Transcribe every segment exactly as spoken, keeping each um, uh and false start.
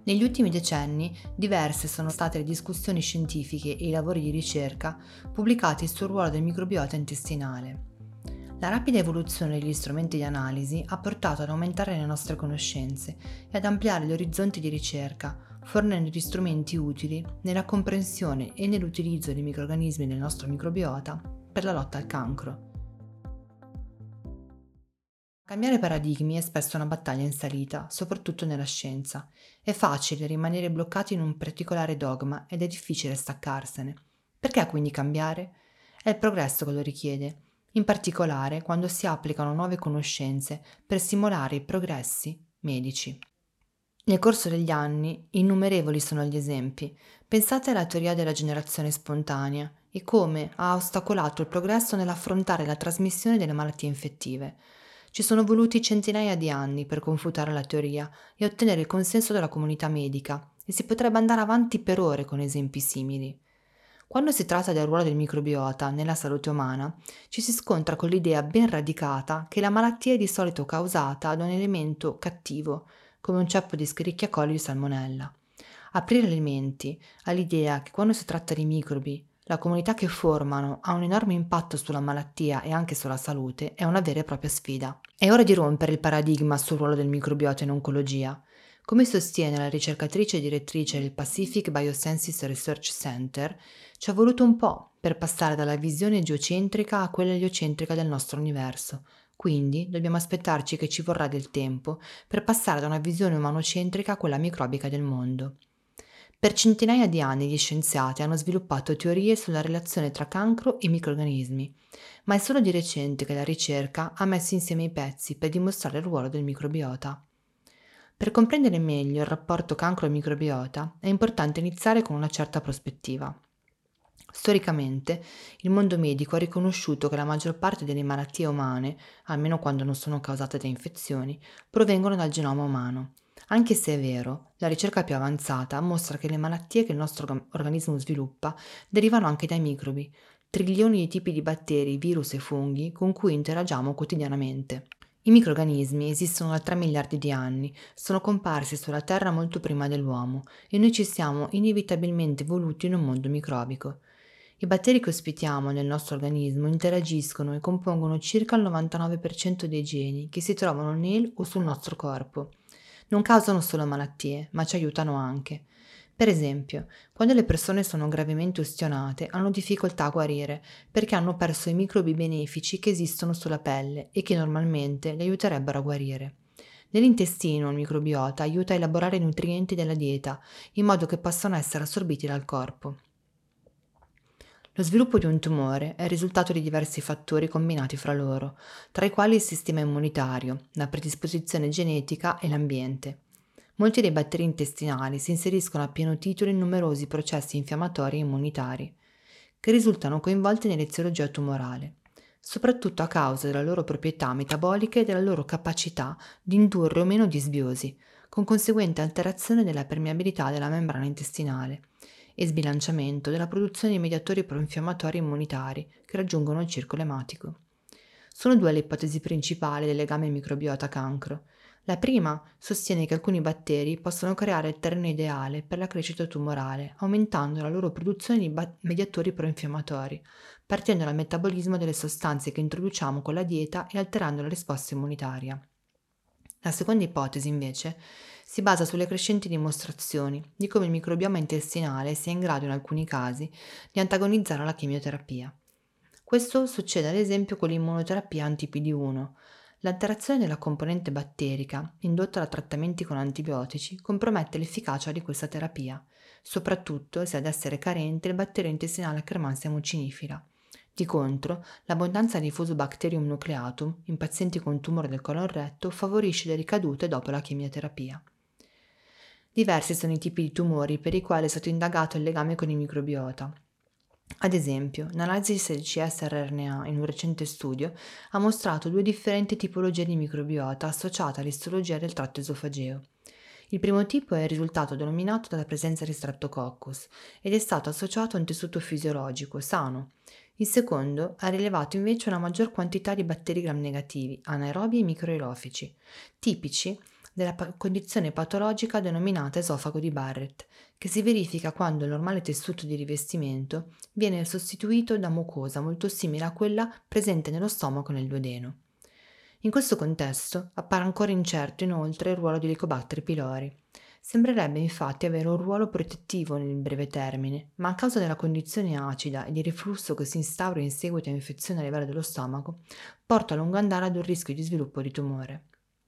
Negli ultimi decenni diverse sono state le discussioni scientifiche e i lavori di ricerca pubblicati sul ruolo del microbiota intestinale. La rapida evoluzione degli strumenti di analisi ha portato ad aumentare le nostre conoscenze e ad ampliare gli orizzonti di ricerca, fornendo strumenti utili nella comprensione e nell'utilizzo dei microrganismi del nostro microbiota per la lotta al cancro. Cambiare paradigmi è spesso una battaglia in salita, soprattutto nella scienza. È facile rimanere bloccati in un particolare dogma ed è difficile staccarsene. Perché quindi cambiare? È il progresso che lo richiede, in particolare quando si applicano nuove conoscenze per stimolare i progressi medici. Nel corso degli anni, innumerevoli sono gli esempi. Pensate alla teoria della generazione spontanea e come ha ostacolato il progresso nell'affrontare la trasmissione delle malattie infettive. Ci sono voluti centinaia di anni per confutare la teoria e ottenere il consenso della comunità medica, e si potrebbe andare avanti per ore con esempi simili. Quando si tratta del ruolo del microbiota nella salute umana, ci si scontra con l'idea ben radicata che la malattia è di solito causata da un elemento cattivo, come un ceppo di Escherichia coli di salmonella. Aprire le menti all'idea che quando si tratta di microbi, la comunità che formano ha un enorme impatto sulla malattia e anche sulla salute è una vera e propria sfida. È ora di rompere il paradigma sul ruolo del microbiota in oncologia. Come sostiene la ricercatrice e direttrice del Pacific Biosciences Research Center, ci è voluto un po' per passare dalla visione geocentrica a quella eliocentrica del nostro universo. Quindi dobbiamo aspettarci che ci vorrà del tempo per passare da una visione umanocentrica a quella microbica del mondo. Per centinaia di anni gli scienziati hanno sviluppato teorie sulla relazione tra cancro e microrganismi, ma è solo di recente che la ricerca ha messo insieme i pezzi per dimostrare il ruolo del microbiota. Per comprendere meglio il rapporto cancro e microbiota è importante iniziare con una certa prospettiva. Storicamente, il mondo medico ha riconosciuto che la maggior parte delle malattie umane, almeno quando non sono causate da infezioni, provengono dal genoma umano. Anche se è vero, la ricerca più avanzata mostra che le malattie che il nostro orga- organismo sviluppa derivano anche dai microbi, trilioni di tipi di batteri, virus e funghi con cui interagiamo quotidianamente. I microrganismi esistono da tre miliardi di anni, sono comparsi sulla Terra molto prima dell'uomo e noi ci siamo inevitabilmente evoluti in un mondo microbico. I batteri che ospitiamo nel nostro organismo interagiscono e compongono circa il novantanove per cento dei geni che si trovano nel o sul nostro corpo. Non causano solo malattie, ma ci aiutano anche. Per esempio, quando le persone sono gravemente ustionate, hanno difficoltà a guarire perché hanno perso i microbi benefici che esistono sulla pelle e che normalmente le aiuterebbero a guarire. Nell'intestino il microbiota aiuta a elaborare i nutrienti della dieta in modo che possano essere assorbiti dal corpo. Lo sviluppo di un tumore è il risultato di diversi fattori combinati fra loro, tra i quali il sistema immunitario, la predisposizione genetica e l'ambiente. Molti dei batteri intestinali si inseriscono a pieno titolo in numerosi processi infiammatori e immunitari, che risultano coinvolti nell'eziologia tumorale, soprattutto a causa delle loro proprietà metaboliche e della loro capacità di indurre o meno disbiosi, con conseguente alterazione della permeabilità della membrana intestinale e sbilanciamento della produzione di mediatori proinfiammatori immunitari che raggiungono il circolo ematico. Sono due le ipotesi principali del legame microbiota-cancro. La prima sostiene che alcuni batteri possono creare il terreno ideale per la crescita tumorale, aumentando la loro produzione di ba- mediatori proinfiammatori, partendo dal metabolismo delle sostanze che introduciamo con la dieta e alterando la risposta immunitaria. La seconda ipotesi, invece, si basa sulle crescenti dimostrazioni di come il microbioma intestinale sia in grado in alcuni casi di antagonizzare la chemioterapia. Questo succede ad esempio con l'immunoterapia anti-P D uno. L'alterazione della componente batterica, indotta da trattamenti con antibiotici, compromette l'efficacia di questa terapia, soprattutto se ad essere carente il batterio intestinale Akkermansia mucinifila. Di contro, l'abbondanza di Fusobacterium nucleatum in pazienti con tumore del colon retto favorisce le ricadute dopo la chemioterapia. Diversi sono i tipi di tumori per i quali è stato indagato il legame con il microbiota. Ad esempio, l'analisi del C S R N A in un recente studio ha mostrato due differenti tipologie di microbiota associate all'istologia del tratto esofageo. Il primo tipo è il risultato denominato dalla presenza di Streptococcus ed è stato associato a un tessuto fisiologico sano. Il secondo ha rilevato invece una maggior quantità di batteri gram negativi, anaerobi e microilofici, tipici della pa- condizione patologica denominata esofago di Barrett, che si verifica quando il normale tessuto di rivestimento viene sostituito da mucosa molto simile a quella presente nello stomaco e nel duodeno. In questo contesto appare ancora incerto inoltre il ruolo di Helicobacter pylori. Sembrerebbe infatti avere un ruolo protettivo nel breve termine, ma a causa della condizione acida e di riflusso che si instaura in seguito a infezioni a livello dello stomaco, porta a lungo andare ad un rischio di sviluppo di tumore.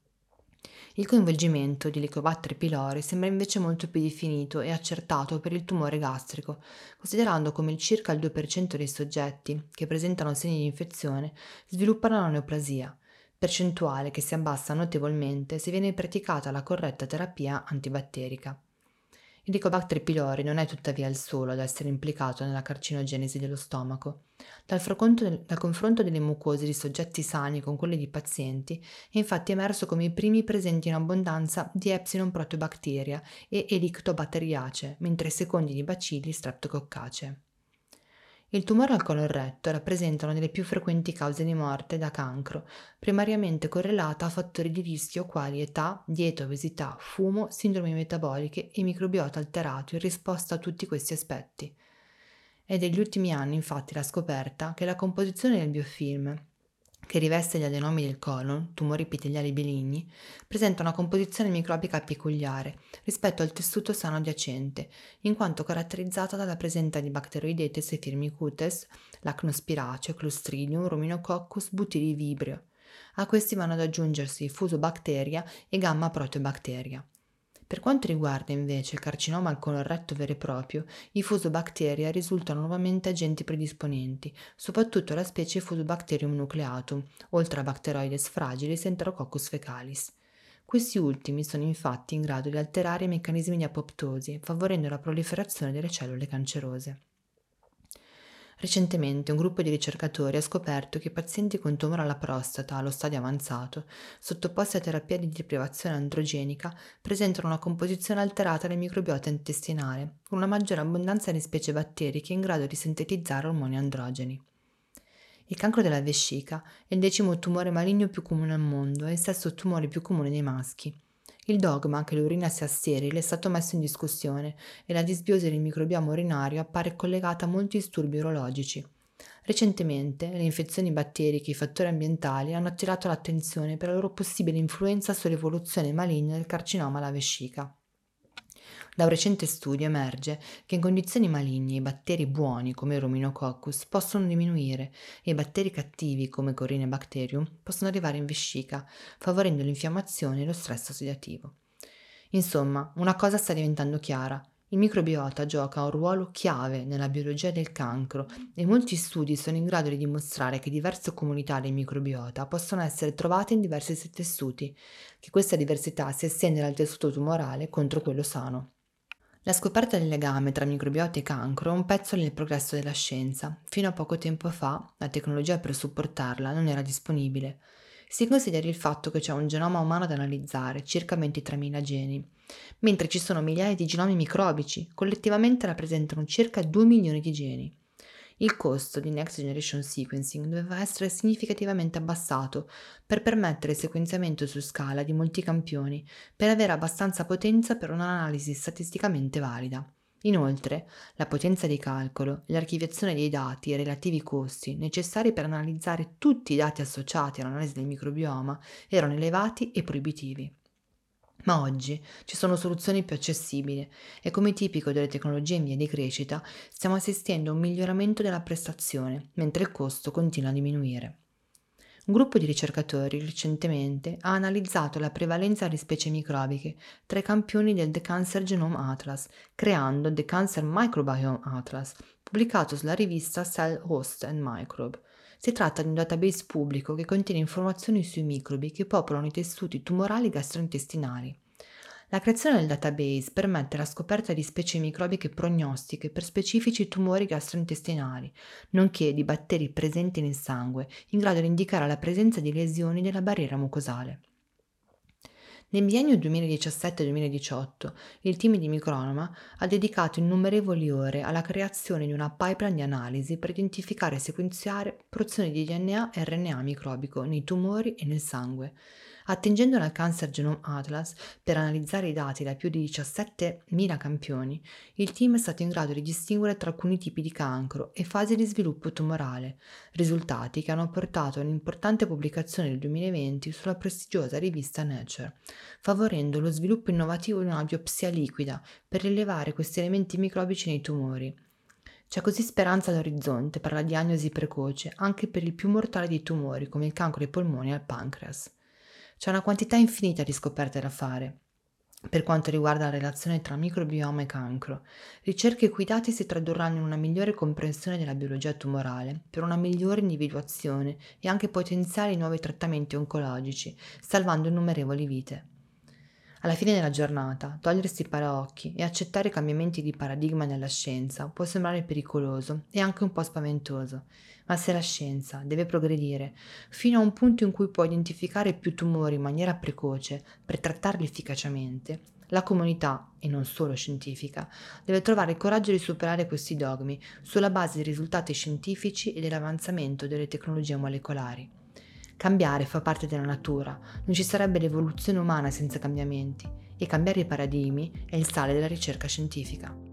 Il coinvolgimento di Helicobacter pylori sembra invece molto più definito e accertato per il tumore gastrico, considerando come il circa il due per cento dei soggetti che presentano segni di infezione sviluppano la neoplasia, percentuale che si abbassa notevolmente se viene praticata la corretta terapia antibatterica. Il Helicobacter pylori non è tuttavia il solo ad essere implicato nella carcinogenesi dello stomaco. Dal, froconto- dal confronto delle mucose di soggetti sani con quelle di pazienti è infatti emerso come i primi presenti in abbondanza di Epsilon proteobacteria e Helicobacteriaceae, mentre i secondi di bacilli streptococcaceae. Il tumore al colon retto rappresenta una delle più frequenti cause di morte da cancro, primariamente correlata a fattori di rischio quali età, dieta, obesità, fumo, sindromi metaboliche e microbiota alterato in risposta a tutti questi aspetti. È degli ultimi anni infatti la scoperta che la composizione del biofilm, che riveste gli adenomi del colon, tumori epiteliali biligni, presenta una composizione microbica peculiare rispetto al tessuto sano adiacente, in quanto caratterizzata dalla presenza di Bacteroidetes e Firmicutes, Lactospiraceae, Clostridium, Ruminococcus, Butyrivibrio. A questi vanno ad aggiungersi Fusobacteria e Gamma Proteobacteria. Per quanto riguarda invece il carcinoma al colon retto vero e proprio, i Fusobacteria risultano nuovamente agenti predisponenti, soprattutto la specie Fusobacterium nucleatum, oltre a Bacteroides fragilis e Enterococcus fecalis. Questi ultimi sono infatti in grado di alterare i meccanismi di apoptosi, favorendo la proliferazione delle cellule cancerose. Recentemente un gruppo di ricercatori ha scoperto che i pazienti con tumore alla prostata allo stadio avanzato, sottoposti a terapia di deprivazione androgenica, presentano una composizione alterata del microbiota intestinale, con una maggiore abbondanza di specie batteriche in grado di sintetizzare ormoni androgeni. Il cancro della vescica è il decimo tumore maligno più comune al mondo e il sesto tumore più comune dei maschi. Il dogma che l'urina sia sterile è stato messo in discussione e la disbiosi del microbioma urinario appare collegata a molti disturbi urologici. Recentemente le infezioni batteriche e i fattori ambientali hanno attirato l'attenzione per la loro possibile influenza sull'evoluzione maligna del carcinoma alla vescica. Da un recente studio emerge che in condizioni maligne i batteri buoni come il Ruminococcus possono diminuire e i batteri cattivi come Corynebacterium possono arrivare in vescica, favorendo l'infiammazione e lo stress ossidativo. Insomma, una cosa sta diventando chiara. Il microbiota gioca un ruolo chiave nella biologia del cancro e molti studi sono in grado di dimostrare che diverse comunità del microbiota possono essere trovate in diversi tessuti, che questa diversità si estende dal tessuto tumorale contro quello sano. La scoperta del legame tra microbiota e cancro è un pezzo nel progresso della scienza. Fino a poco tempo fa la tecnologia per supportarla non era disponibile. Si consideri il fatto che c'è un genoma umano da analizzare, circa ventitremila geni, mentre ci sono migliaia di genomi microbici, collettivamente rappresentano circa due milioni di geni. Il costo di Next Generation Sequencing doveva essere significativamente abbassato per permettere il sequenziamento su scala di molti campioni, per avere abbastanza potenza per un'analisi statisticamente valida. Inoltre, la potenza di calcolo e l'archiviazione dei dati e i relativi costi necessari per analizzare tutti i dati associati all'analisi del microbioma erano elevati e proibitivi. Ma oggi ci sono soluzioni più accessibili e come tipico delle tecnologie in via di crescita stiamo assistendo a un miglioramento della prestazione, mentre il costo continua a diminuire. Un gruppo di ricercatori recentemente ha analizzato la prevalenza di specie microbiche tra i campioni del The Cancer Genome Atlas, creando The Cancer Microbiome Atlas, pubblicato sulla rivista Cell Host and Microbe. Si tratta di un database pubblico che contiene informazioni sui microbi che popolano i tessuti tumorali gastrointestinali. La creazione del database permette la scoperta di specie microbiche prognostiche per specifici tumori gastrointestinali, nonché di batteri presenti nel sangue, in grado di indicare la presenza di lesioni della barriera mucosale. Nel biennio duemiladiciassette duemiladiciotto il team di Micronoma ha dedicato innumerevoli ore alla creazione di una pipeline di analisi per identificare e sequenziare porzioni di D N A e R N A microbico nei tumori e nel sangue. Attingendo al Cancer Genome Atlas per analizzare i dati da più di diciassettemila campioni, il team è stato in grado di distinguere tra alcuni tipi di cancro e fasi di sviluppo tumorale, risultati che hanno portato a un'importante pubblicazione nel duemilaventi sulla prestigiosa rivista Nature, favorendo lo sviluppo innovativo di una biopsia liquida per rilevare questi elementi microbici nei tumori. C'è così speranza all'orizzonte per la diagnosi precoce anche per il più mortale dei tumori come il cancro ai polmoni e al pancreas. C'è una quantità infinita di scoperte da fare. Per quanto riguarda la relazione tra microbioma e cancro, ricerche i cui dati si tradurranno in una migliore comprensione della biologia tumorale, per una migliore individuazione e anche potenziali nuovi trattamenti oncologici, salvando innumerevoli vite. Alla fine della giornata, togliersi i paraocchi e accettare i cambiamenti di paradigma nella scienza può sembrare pericoloso e anche un po' spaventoso, ma se la scienza deve progredire fino a un punto in cui può identificare più tumori in maniera precoce per trattarli efficacemente, la comunità, e non solo scientifica, deve trovare il coraggio di superare questi dogmi sulla base dei risultati scientifici e dell'avanzamento delle tecnologie molecolari. Cambiare fa parte della natura, non ci sarebbe l'evoluzione umana senza cambiamenti, e cambiare i paradigmi è il sale della ricerca scientifica.